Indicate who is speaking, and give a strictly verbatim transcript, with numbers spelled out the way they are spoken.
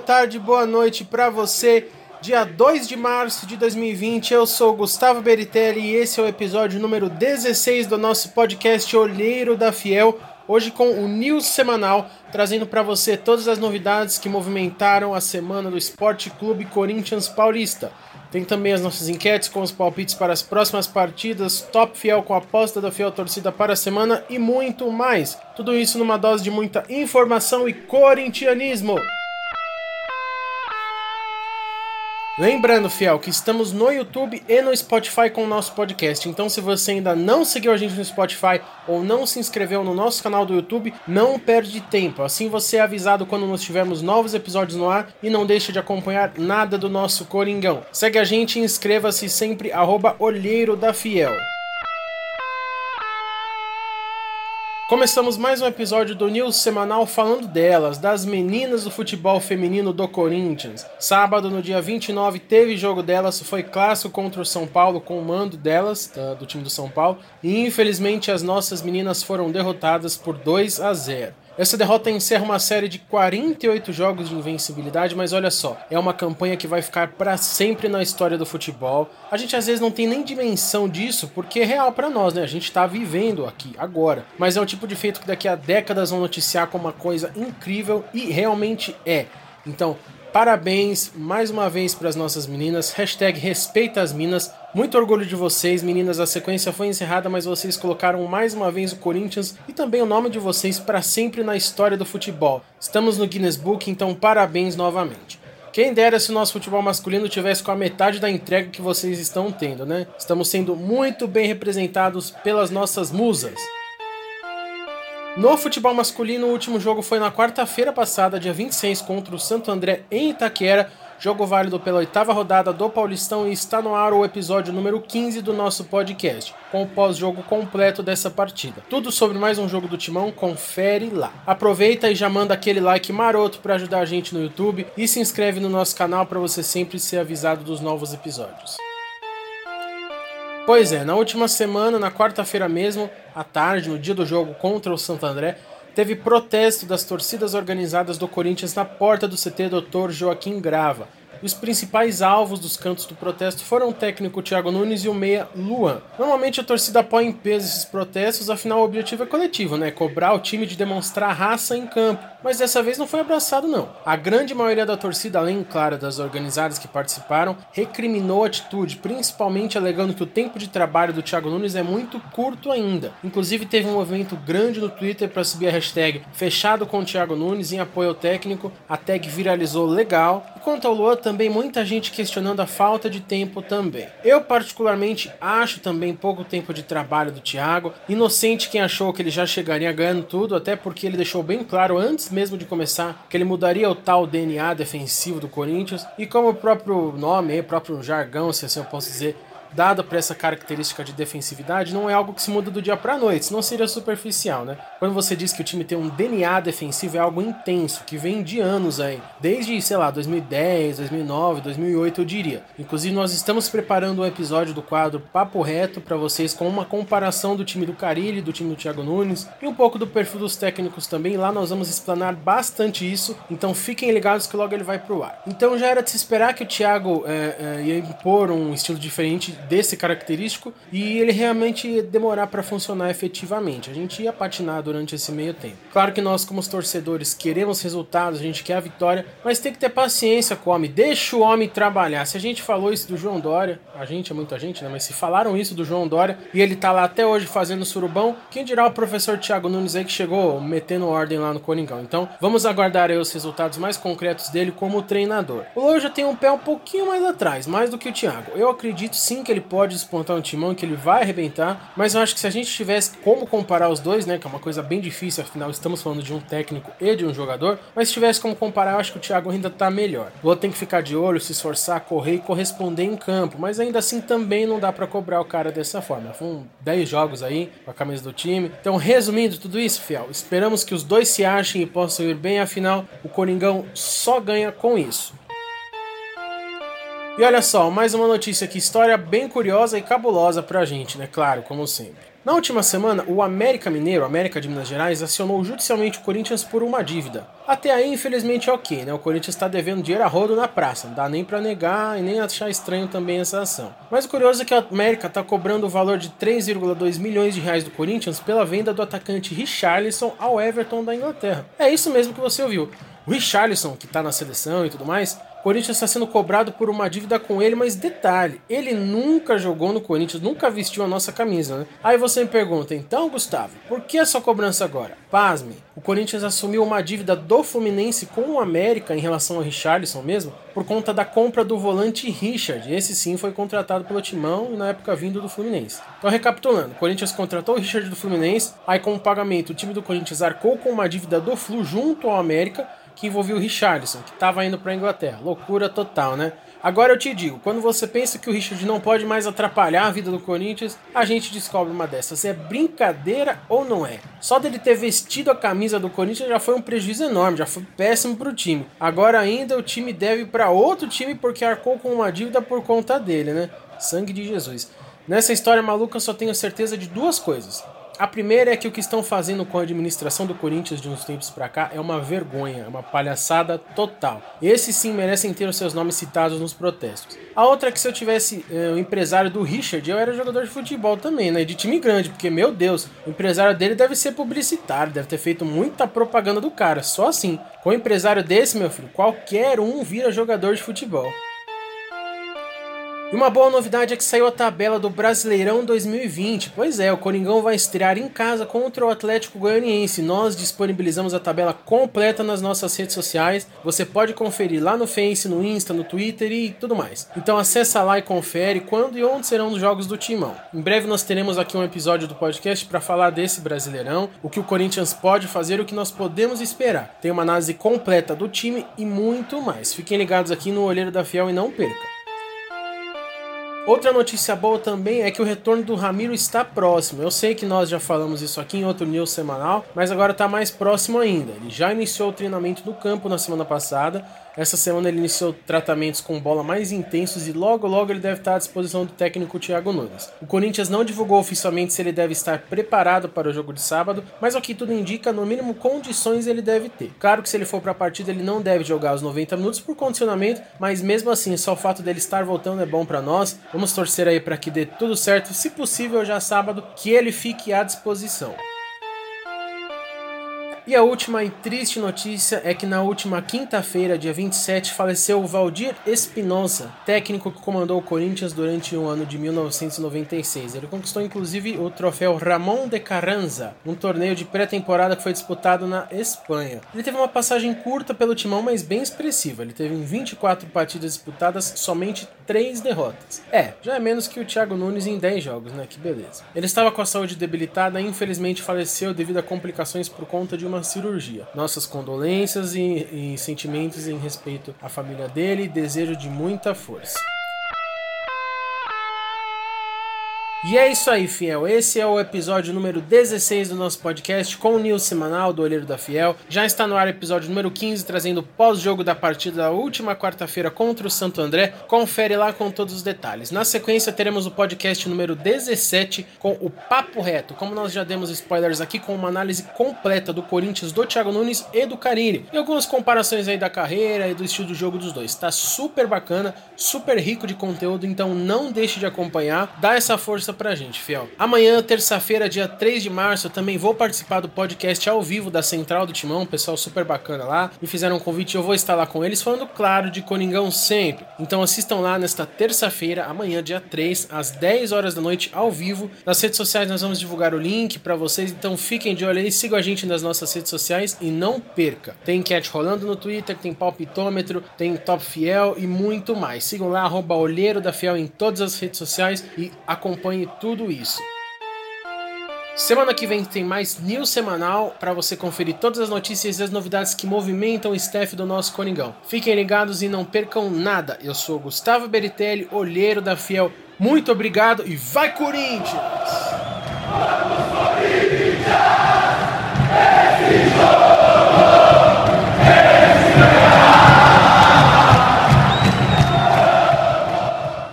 Speaker 1: tarde, boa noite para você. Dia dois de março de dois mil e vinte, eu sou Gustavo Beritelli e esse é o episódio número dezesseis do nosso podcast Olheiro da Fiel. Hoje com o News Semanal, trazendo para você todas as novidades que movimentaram a semana do Esporte Clube Corinthians Paulista. Tem também as nossas enquetes com os palpites para as próximas partidas, Top Fiel com a aposta da Fiel Torcida para a semana e muito mais. Tudo isso numa dose de muita informação e corintianismo. Lembrando, Fiel, que estamos no YouTube e no Spotify com o nosso podcast. Então, se você ainda não seguiu a gente no Spotify ou não se inscreveu no nosso canal do YouTube, não perde tempo. Assim você é avisado quando nós tivermos novos episódios no ar e não deixa de acompanhar nada do nosso Coringão. Segue a gente e inscreva-se sempre, arroba Olheiro da Fiel. Começamos mais um episódio do News Semanal falando delas, das meninas do futebol feminino do Corinthians. Sábado, no dia vinte e nove, teve jogo delas, foi clássico contra o São Paulo com o mando delas, do time do São Paulo, e infelizmente as nossas meninas foram derrotadas por dois a zero. Essa derrota encerra uma série de quarenta e oito jogos de invencibilidade, mas olha só, é uma campanha que vai ficar para sempre na história do futebol. A gente às vezes não tem nem dimensão disso, porque é real para nós, né? A gente tá vivendo aqui, agora. Mas é um tipo de feito que daqui a décadas vão noticiar como uma coisa incrível, e realmente é. Então, parabéns mais uma vez para as nossas meninas, hashtag respeita as minas. Muito orgulho de vocês, meninas. A sequência foi encerrada, mas vocês colocaram mais uma vez o Corinthians e também o nome de vocês para sempre na história do futebol. Estamos no Guinness Book, então parabéns novamente. Quem dera se o nosso futebol masculino tivesse com a metade da entrega que vocês estão tendo, né? Estamos sendo muito bem representados pelas nossas musas. No futebol masculino, o último jogo foi na quarta-feira passada, dia vinte e seis, contra o Santo André em Itaquera. Jogo válido pela oitava rodada do Paulistão, e está no ar o episódio número quinze do nosso podcast, com o pós-jogo completo dessa partida. Tudo sobre mais um jogo do Timão, confere lá. Aproveita e já manda aquele like maroto para ajudar a gente no YouTube e se inscreve no nosso canal para você sempre ser avisado dos novos episódios. Pois é, na última semana, na quarta-feira mesmo, à tarde, no dia do jogo contra o Santo André, teve protesto das torcidas organizadas do Corinthians na porta do C T doutor Joaquim Grava. Os principais alvos dos cantos do protesto foram o técnico Thiago Nunes e o meia Luan. Normalmente a torcida apoia em peso esses protestos, afinal o objetivo é coletivo, né? Cobrar o time de demonstrar raça em campo. Mas dessa vez não foi abraçado, não. A grande maioria da torcida, além, claro, das organizadas que participaram, recriminou a atitude, principalmente alegando que o tempo de trabalho do Thiago Nunes é muito curto ainda. Inclusive teve um movimento grande no Twitter para subir a hashtag fechado com o Thiago Nunes em apoio ao técnico. A tag viralizou legal. E quanto ao Luan, também muita gente questionando a falta de tempo também. Eu particularmente acho também pouco tempo de trabalho do Thiago. Inocente quem achou que ele já chegaria ganhando tudo, até porque ele deixou bem claro antes mesmo de começar que ele mudaria o tal D N A defensivo do Corinthians, e como o próprio nome, o próprio jargão, se assim eu posso dizer, dado para essa característica de defensividade, não é algo que se muda do dia para a noite, senão seria superficial, né? Quando você diz que o time tem um D N A defensivo, é algo intenso, que vem de anos aí, desde, sei lá, dois mil e dez, dois mil e nove, dois mil e oito eu diria. Inclusive nós estamos preparando um episódio do quadro Papo Reto para vocês com uma comparação do time do Carille, do time do Thiago Nunes e um pouco do perfil dos técnicos também. Lá nós vamos explanar bastante isso, então fiquem ligados que logo ele vai pro ar. Então já era de se esperar que o Thiago é, é, ia impor um estilo diferente desse característico, e ele realmente ia demorar para funcionar efetivamente. A gente ia patinar durante esse meio tempo. Claro que nós, como os torcedores, queremos resultados, a gente quer a vitória, mas tem que ter paciência com o homem, deixa o homem trabalhar. Se a gente falou isso do João Dória, a gente é muita gente, né? Mas se falaram isso do João Dória e ele tá lá até hoje fazendo surubão, quem dirá o professor Thiago Nunes aí, que chegou metendo ordem lá no Coringão. Então vamos aguardar aí os resultados mais concretos dele como treinador. O Lô já tem um pé um pouquinho mais atrás, mais do que o Thiago. Eu acredito sim que ele pode despontar um timão, que ele vai arrebentar, mas eu acho que se a gente tivesse como comparar os dois, né, que é uma coisa bem difícil, afinal estamos falando de um técnico e de um jogador, mas se tivesse como comparar, eu acho que o Thiago ainda tá melhor. O outro tem que ficar de olho, se esforçar, correr e corresponder em campo, mas ainda assim também não dá pra cobrar o cara dessa forma. Foram dez jogos aí com a camisa do time. Então, resumindo tudo isso, fiel, esperamos que os dois se achem e possam ir bem, afinal o Coringão só ganha com isso. E olha só, mais uma notícia aqui, história bem curiosa e cabulosa pra gente, né? Claro, como sempre. Na última semana, o América Mineiro, América de Minas Gerais, acionou judicialmente o Corinthians por uma dívida. Até aí, infelizmente, é ok, né? O Corinthians está devendo dinheiro a rodo na praça, não dá nem pra negar e nem achar estranho também essa ação. Mas o curioso é que a América está cobrando o valor de três vírgula dois milhões de reais do Corinthians pela venda do atacante Richarlison ao Everton da Inglaterra. É isso mesmo que você ouviu. O Richarlison, que está na seleção e tudo mais, o Corinthians está sendo cobrado por uma dívida com ele, mas detalhe, ele nunca jogou no Corinthians, nunca vestiu a nossa camisa, né? Aí você me pergunta, então Gustavo, por que essa cobrança agora? Pasme, o Corinthians assumiu uma dívida do Fluminense com o América em relação ao Richarlison mesmo, por conta da compra do volante Richard. Esse sim foi contratado pelo Timão e na época vindo do Fluminense. Então recapitulando, o Corinthians contratou o Richard do Fluminense, aí como pagamento o time do Corinthians arcou com uma dívida do Flu junto ao América, que envolvia o Richarlison, que estava indo para a Inglaterra. Loucura total, né? Agora eu te digo, quando você pensa que o Richard não pode mais atrapalhar a vida do Corinthians, a gente descobre uma dessas. É brincadeira ou não é? Só dele ter vestido a camisa do Corinthians já foi um prejuízo enorme, já foi péssimo para o time. Agora ainda o time deve para outro time porque arcou com uma dívida por conta dele, né? Sangue de Jesus. Nessa história maluca eu só tenho certeza de duas coisas. A primeira é que o que estão fazendo com a administração do Corinthians de uns tempos pra cá é uma vergonha, é uma palhaçada total. Esses sim merecem ter os seus nomes citados nos protestos. A outra é que se eu tivesse é, o empresário do Richard, eu era jogador de futebol também, né? De time grande, porque, meu Deus, o empresário dele deve ser publicitário, deve ter feito muita propaganda do cara, só assim. Com um empresário desse, meu filho, qualquer um vira jogador de futebol. E uma boa novidade é que saiu a tabela do Brasileirão dois mil e vinte. Pois é, o Coringão vai estrear em casa contra o Atlético Goianiense. Nós disponibilizamos a tabela completa nas nossas redes sociais. Você pode conferir lá no Face, no Insta, no Twitter e tudo mais. Então acessa lá e confere quando e onde serão os jogos do Timão. Em breve nós teremos aqui um episódio do podcast para falar desse Brasileirão, o que o Corinthians pode fazer e o que nós podemos esperar. Tem uma análise completa do time e muito mais. Fiquem ligados aqui no Olheiro da Fiel e não perca. Outra notícia boa também é que o retorno do Ramiro está próximo. Eu sei que nós já falamos isso aqui em outro news semanal, mas agora está mais próximo ainda. Ele já iniciou o treinamento no campo na semana passada. Essa semana ele iniciou tratamentos com bola mais intensos e logo logo ele deve estar à disposição do técnico Thiago Nunes. O Corinthians não divulgou oficialmente se ele deve estar preparado para o jogo de sábado, mas ao que tudo indica, no mínimo condições ele deve ter. Claro que se ele for para a partida ele não deve jogar os noventa minutos por condicionamento, mas mesmo assim só o fato dele estar voltando é bom para nós. Vamos torcer aí para que dê tudo certo, se possível já sábado, que ele fique à disposição. E a última e triste notícia é que na última quinta-feira, dia vinte e sete, faleceu o Valdir Espinosa, técnico que comandou o Corinthians durante o ano de mil novecentos e noventa e seis. Ele conquistou inclusive o troféu Ramón de Carranza, um torneio de pré-temporada que foi disputado na Espanha. Ele teve uma passagem curta pelo Timão, mas bem expressiva. Ele teve em vinte e quatro partidas disputadas, somente três derrotas. É, já é menos que o Thiago Nunes em dez jogos, né? Que beleza. Ele estava com a saúde debilitada e infelizmente faleceu devido a complicações por conta de uma uma cirurgia. Nossas condolências e, e sentimentos em respeito à família dele e desejo de muita força. E é isso aí, fiel. Esse é o episódio número dezesseis do nosso podcast com o news semanal do Olheiro da Fiel. Já está no ar o episódio número quinze, trazendo o pós-jogo da partida da última quarta-feira contra o Santo André. Confere lá com todos os detalhes. Na sequência, teremos o podcast número dezessete com o Papo Reto. Como nós já demos spoilers aqui, com uma análise completa do Corinthians, do Thiago Nunes e do Carille. E algumas comparações aí da carreira e do estilo de jogo dos dois. Tá super bacana, super rico de conteúdo, então não deixe de acompanhar. Dá essa força pra gente, fiel. Amanhã, terça-feira, dia três de março, eu também vou participar do podcast ao vivo da Central do Timão, pessoal super bacana lá, me fizeram um convite e eu vou estar lá com eles, falando, claro, de Coringão sempre. Então assistam lá nesta terça-feira, amanhã, dia três, às dez horas da noite, ao vivo. Nas redes sociais nós vamos divulgar o link pra vocês, então fiquem de olho aí, sigam a gente nas nossas redes sociais e não perca. Tem enquete rolando no Twitter, tem palpitômetro, tem Top Fiel e muito mais. Sigam lá, arroba Olheiro da Fiel em todas as redes sociais e acompanhem tudo isso. Semana que vem tem mais news semanal para você conferir todas as notícias e as novidades que movimentam o staff do nosso Coringão. Fiquem ligados e não percam nada. Eu sou Gustavo Beritelli, Olheiro da Fiel. Muito obrigado e vai Corinthians! Vamos Corinthians!